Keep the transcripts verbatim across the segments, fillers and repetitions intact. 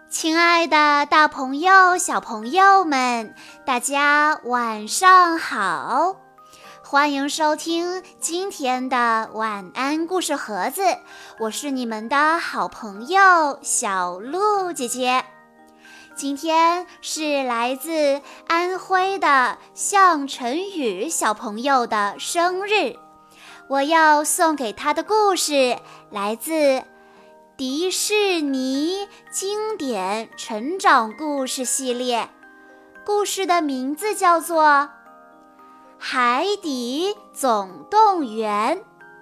亲爱的大朋友、小朋友们，大家晚上好！欢迎收听今天的晚安故事盒子，我是你们的好朋友小鹿姐姐。今天是来自安徽的向晨宇小朋友的生日，我要送给他的故事来自迪士尼经典成长故事系列，故事的名字叫做《海底总动员》。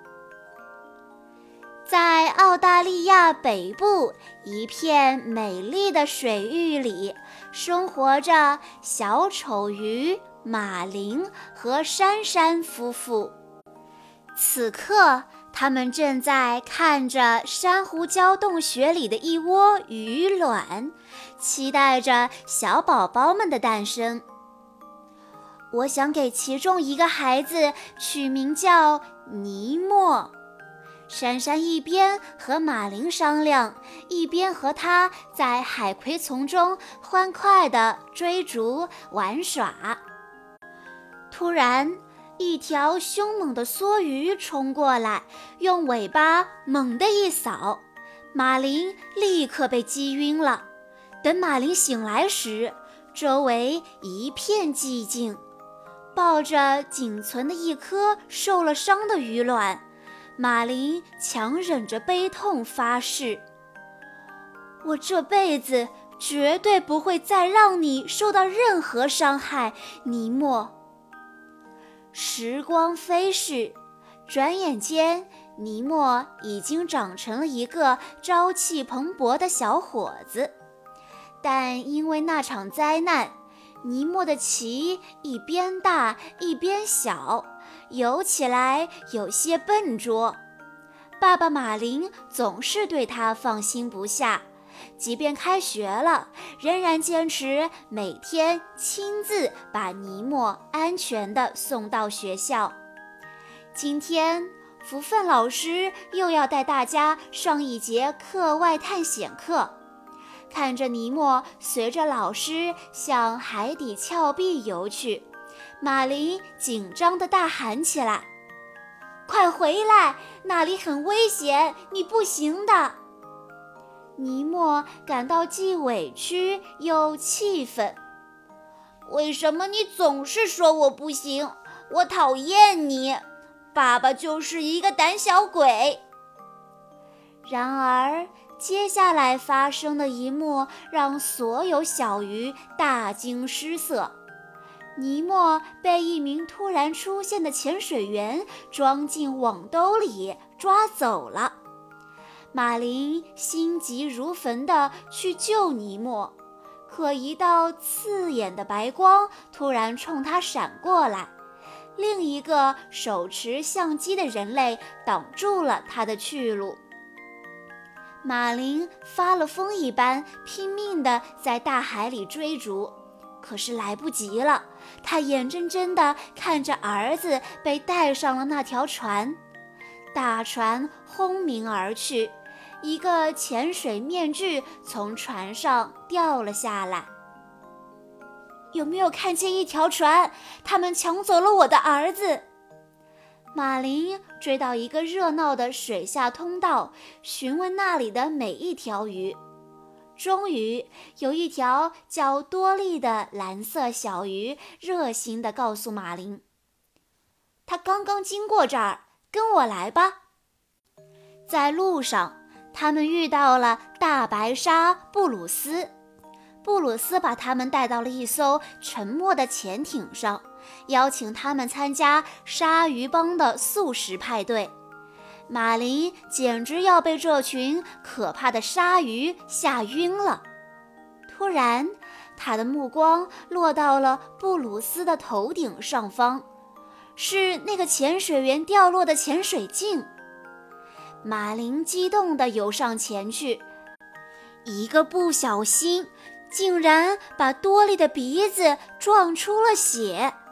在澳大利亚北部一片美丽的水域里，生活着小丑鱼马林和珊珊夫妇。此刻他们正在看着珊瑚礁洞穴里的一窝鱼卵，期待着小宝宝们的诞生。我想给其中一个孩子取名叫尼莫。珊珊一边和马林商量，一边和他在海葵丛中欢快地追逐玩耍。突然，一条凶猛的梭鱼冲过来，用尾巴猛地一扫，马林立刻被击晕了。等马林醒来时，周围一片寂静。抱着仅存的一颗受了伤的鱼卵，马林强忍着悲痛发誓：我这辈子绝对不会再让你受到任何伤害，尼莫。时光飞逝，转眼间尼莫已经长成了一个朝气蓬勃的小伙子。但因为那场灾难，尼莫的鳍一边大一边小，游起来有些笨拙。爸爸马林总是对他放心不下，即便开学了，仍然坚持每天亲自把尼莫安全地送到学校。今天，福分老师又要带大家上一节课外探险课。看着尼莫随着老师向海底峭壁游去，马林紧张地大喊起来：快回来，那里很危险，你不行的。尼莫感到既委屈又气愤。为什么你总是说我不行？我讨厌你，爸爸就是一个胆小鬼。然而接下来发生的一幕让所有小鱼大惊失色。尼莫被一名突然出现的潜水员装进网兜里抓走了。马林心急如焚地去救尼莫，可一道刺眼的白光突然冲他闪过来，另一个手持相机的人类挡住了他的去路。马林发了疯一般拼命地在大海里追逐，可是来不及了，他眼睁睁地看着儿子被带上了那条船。大船轰鸣而去，一个潜水面具从船上掉了下来。有没有看见一条船？他们抢走了我的儿子。马林追到一个热闹的水下通道，询问那里的每一条鱼。终于有一条叫多利的蓝色小鱼热心地告诉马林：他刚刚经过这儿，跟我来吧。在路上，他们遇到了大白鲨布鲁斯。布鲁斯把他们带到了一艘沉没的潜艇上，邀请他们参加鲨鱼帮的素食派对。马林简直要被这群可怕的鲨鱼吓晕了。突然，他的目光落到了布鲁斯的头顶上方，是那个潜水员掉落的潜水镜。马林激动地游上前去，一个不小心竟然把多利的鼻子撞出了血。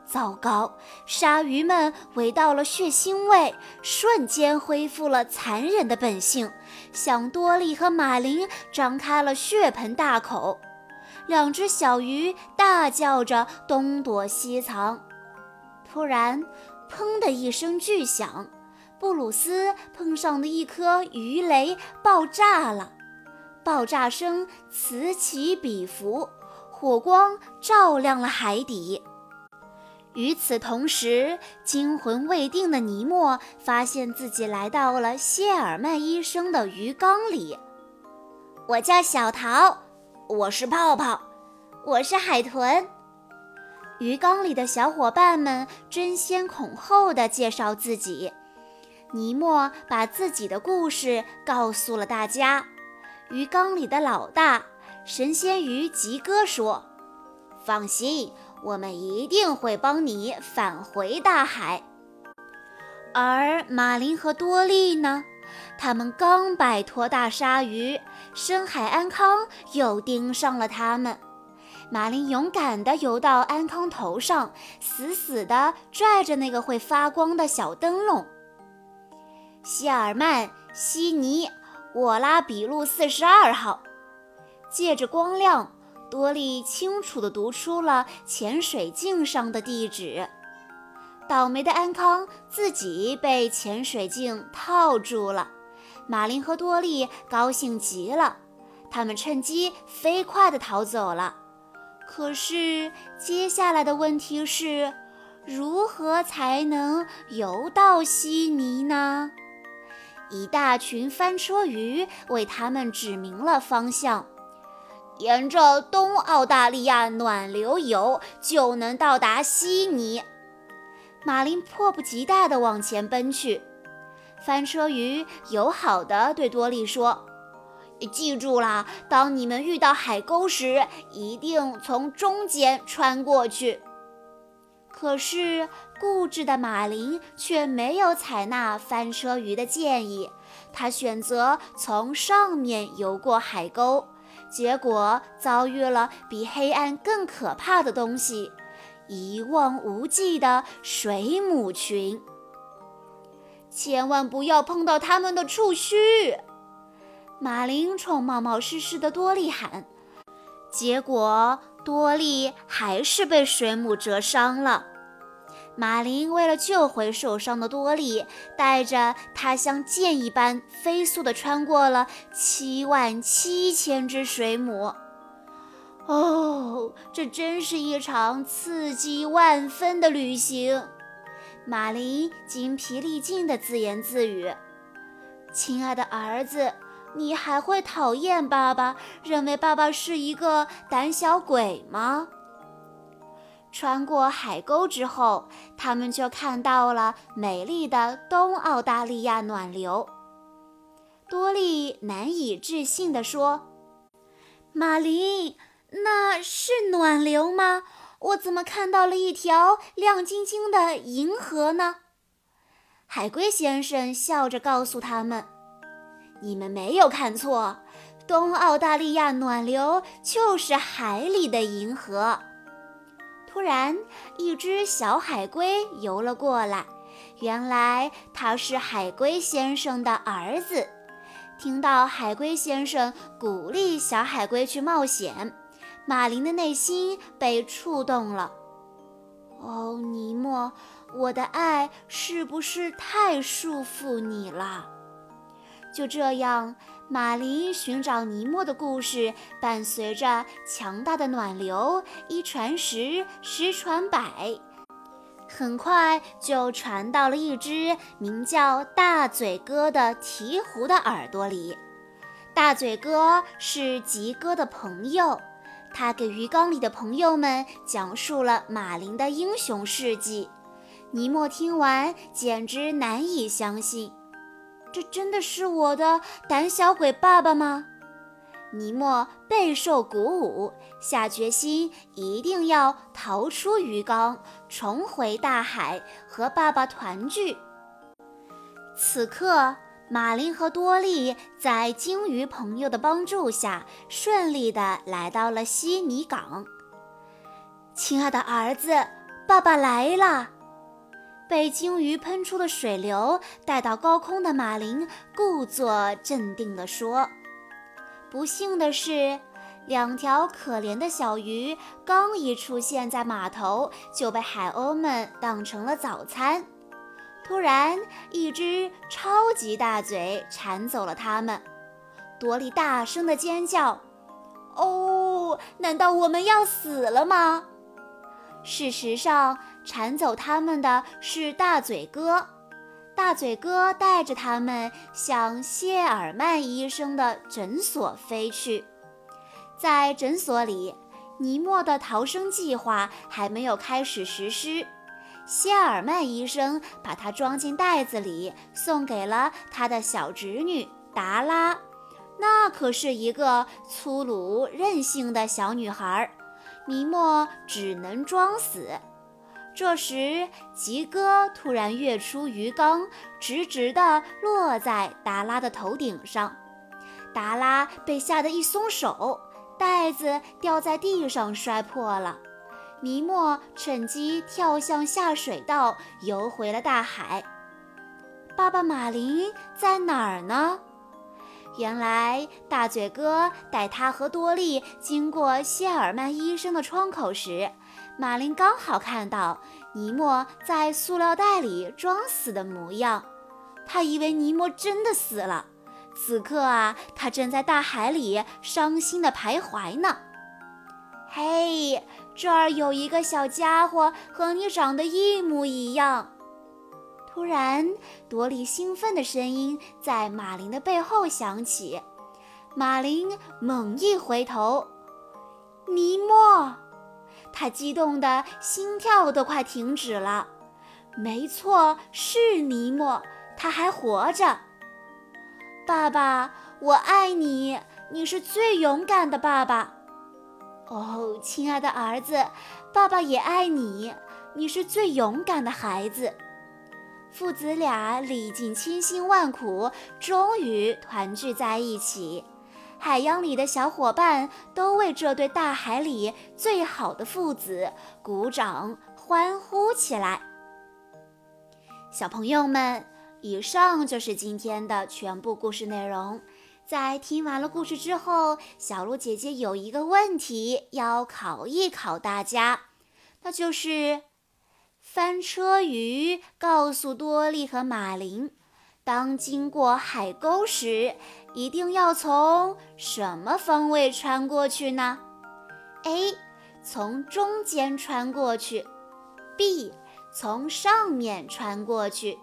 糟糕，鲨鱼们闻到了血腥味，瞬间恢复了残忍的本性，向多利和马林张开了血盆大口。两只小鱼大叫着东躲西藏。突然，砰的一声巨响，布鲁斯碰上的一颗鱼雷爆炸了。爆炸声此起彼伏，火光照亮了海底。与此同时，惊魂未定的尼莫发现自己来到了谢尔曼医生的鱼缸里。我叫小桃，我是泡泡，我是海豚。鱼缸里的小伙伴们争先恐后地介绍自己。尼莫把自己的故事告诉了大家。鱼缸里的老大神仙鱼吉哥说：放心，我们一定会帮你返回大海。而马林和多利呢？他们刚摆脱大鲨鱼，深海安康又盯上了他们。马林勇敢地游到安康头上，死死地拽着那个会发光的小灯笼。谢尔曼、悉尼、沃拉比路四十二号。借着光亮，多利清楚地读出了潜水镜上的地址。倒霉的安康自己被潜水镜套住了。马林和多利高兴极了，他们趁机飞快地逃走了。可是接下来的问题是，如何才能游到悉尼呢？一大群翻车鱼为他们指明了方向，沿着东澳大利亚暖流游就能到达悉尼。马林迫不及待地往前奔去。翻车鱼友好地对多利说：记住啦，当你们遇到海沟时，一定从中间穿过去。可是固执的马林却没有采纳翻车鱼的建议，他选择从上面游过海沟，结果遭遇了比黑暗更可怕的东西——一望无际的水母群。千万不要碰到它们的触须！马林冲冒冒失失的多利喊，结果多利还是被水母蛰伤了。马林为了救回受伤的多利，带着他像箭一般飞速地穿过了七万七千只水母。哦，这真是一场刺激万分的旅行！马林精疲力尽地自言自语：亲爱的儿子，你还会讨厌爸爸，认为爸爸是一个胆小鬼吗？穿过海沟之后，他们就看到了美丽的东澳大利亚暖流。多利难以置信地说：马林，那是暖流吗？我怎么看到了一条亮晶晶的银河呢？海龟先生笑着告诉他们：你们没有看错，东澳大利亚暖流就是海里的银河。突然，一只小海龟游了过来，原来他是海龟先生的儿子。听到海龟先生鼓励小海龟去冒险，马林的内心被触动了。哦，尼莫，我的爱是不是太束缚你了？就这样，马林寻找尼莫的故事伴随着强大的暖流，一传十，十传百，很快就传到了一只名叫大嘴哥的鹈鹕的耳朵里。大嘴哥是吉哥的朋友，他给鱼缸里的朋友们讲述了马林的英雄事迹。尼莫听完简直难以相信，这真的是我的胆小鬼爸爸吗？尼莫备受鼓舞，下决心一定要逃出鱼缸，重回大海，和爸爸团聚。此刻，马林和多利在鲸鱼朋友的帮助下，顺利地来到了悉尼港。亲爱的儿子， 爸爸来了！被鲸鱼喷出的水流带到高空的马林故作镇定地说。不幸的是，两条可怜的小鱼刚一出现在码头，就被海鸥们当成了早餐。突然，一只超级大嘴馋走了它们。多莉大声地尖叫：哦，难道我们要死了吗？事实上，铲走它们的是大嘴哥。大嘴哥带着他们向谢尔曼医生的诊所飞去。在诊所里，尼莫的逃生计划还没有开始实施。谢尔曼医生把他装进袋子里，送给了他的小侄女达拉。那可是一个粗鲁任性的小女孩，尼莫只能装死。这时，吉哥突然跃出鱼缸，直直地落在达拉的头顶上。达拉被吓得一松手，袋子掉在地上摔破了。尼莫趁机跳向下水道，游回了大海。爸爸马林在哪儿呢？原来大嘴哥带他和多莉经过谢尔曼医生的窗口时，马林刚好看到尼莫在塑料袋里装死的模样。他以为尼莫真的死了，此刻啊，他正在大海里伤心地徘徊呢。嘿，这儿有一个小家伙和你长得一模一样。突然，多莉兴奋的声音在马林的背后响起。马林猛一回头，尼莫！他激动的心跳都快停止了。没错，是尼莫，他还活着。爸爸，我爱你，你是最勇敢的爸爸。哦，亲爱的儿子，爸爸也爱你，你是最勇敢的孩子。父子俩历尽千辛万苦，终于团聚在一起。海洋里的小伙伴都为这对大海里最好的父子鼓掌欢呼起来。小朋友们，以上就是今天的全部故事内容。在听完了故事之后，小鹿姐姐有一个问题要考一考大家，那就是翻车鱼告诉多莉和马林，当经过海沟时，一定要从什么方位穿过去呢？ A. 从中间穿过去， B. 从上面穿过去，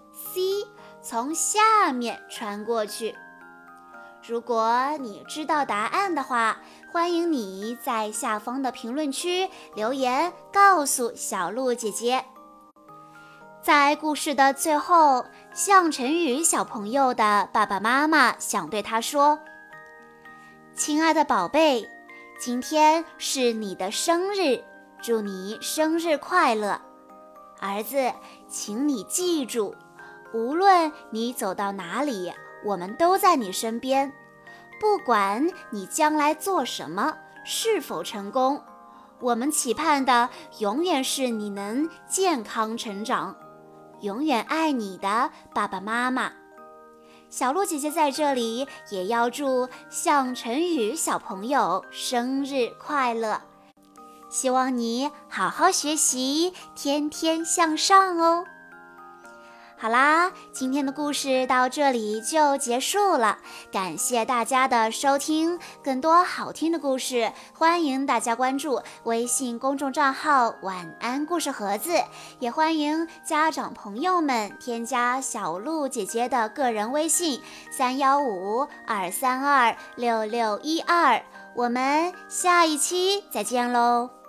C. 从下面穿过去。如果你知道答案的话，欢迎你在下方的评论区留言告诉小鹿姐姐。在故事的最后，向晨宇小朋友的爸爸妈妈想对他说：亲爱的宝贝，今天是你的生日，祝你生日快乐。儿子，请你记住，无论你走到哪里，我们都在你身边。不管你将来做什么，是否成功，我们期盼的永远是你能健康成长。永远爱你的爸爸妈妈。小鹿姐姐在这里也要祝向晨宇小朋友生日快乐，希望你好好学习，天天向上哦。好啦，今天的故事到这里就结束了，感谢大家的收听。更多好听的故事，欢迎大家关注微信公众账号晚安故事盒子，也欢迎家长朋友们添加小鹿姐姐的个人微信三一五二三二六六一二，我们下一期再见喽。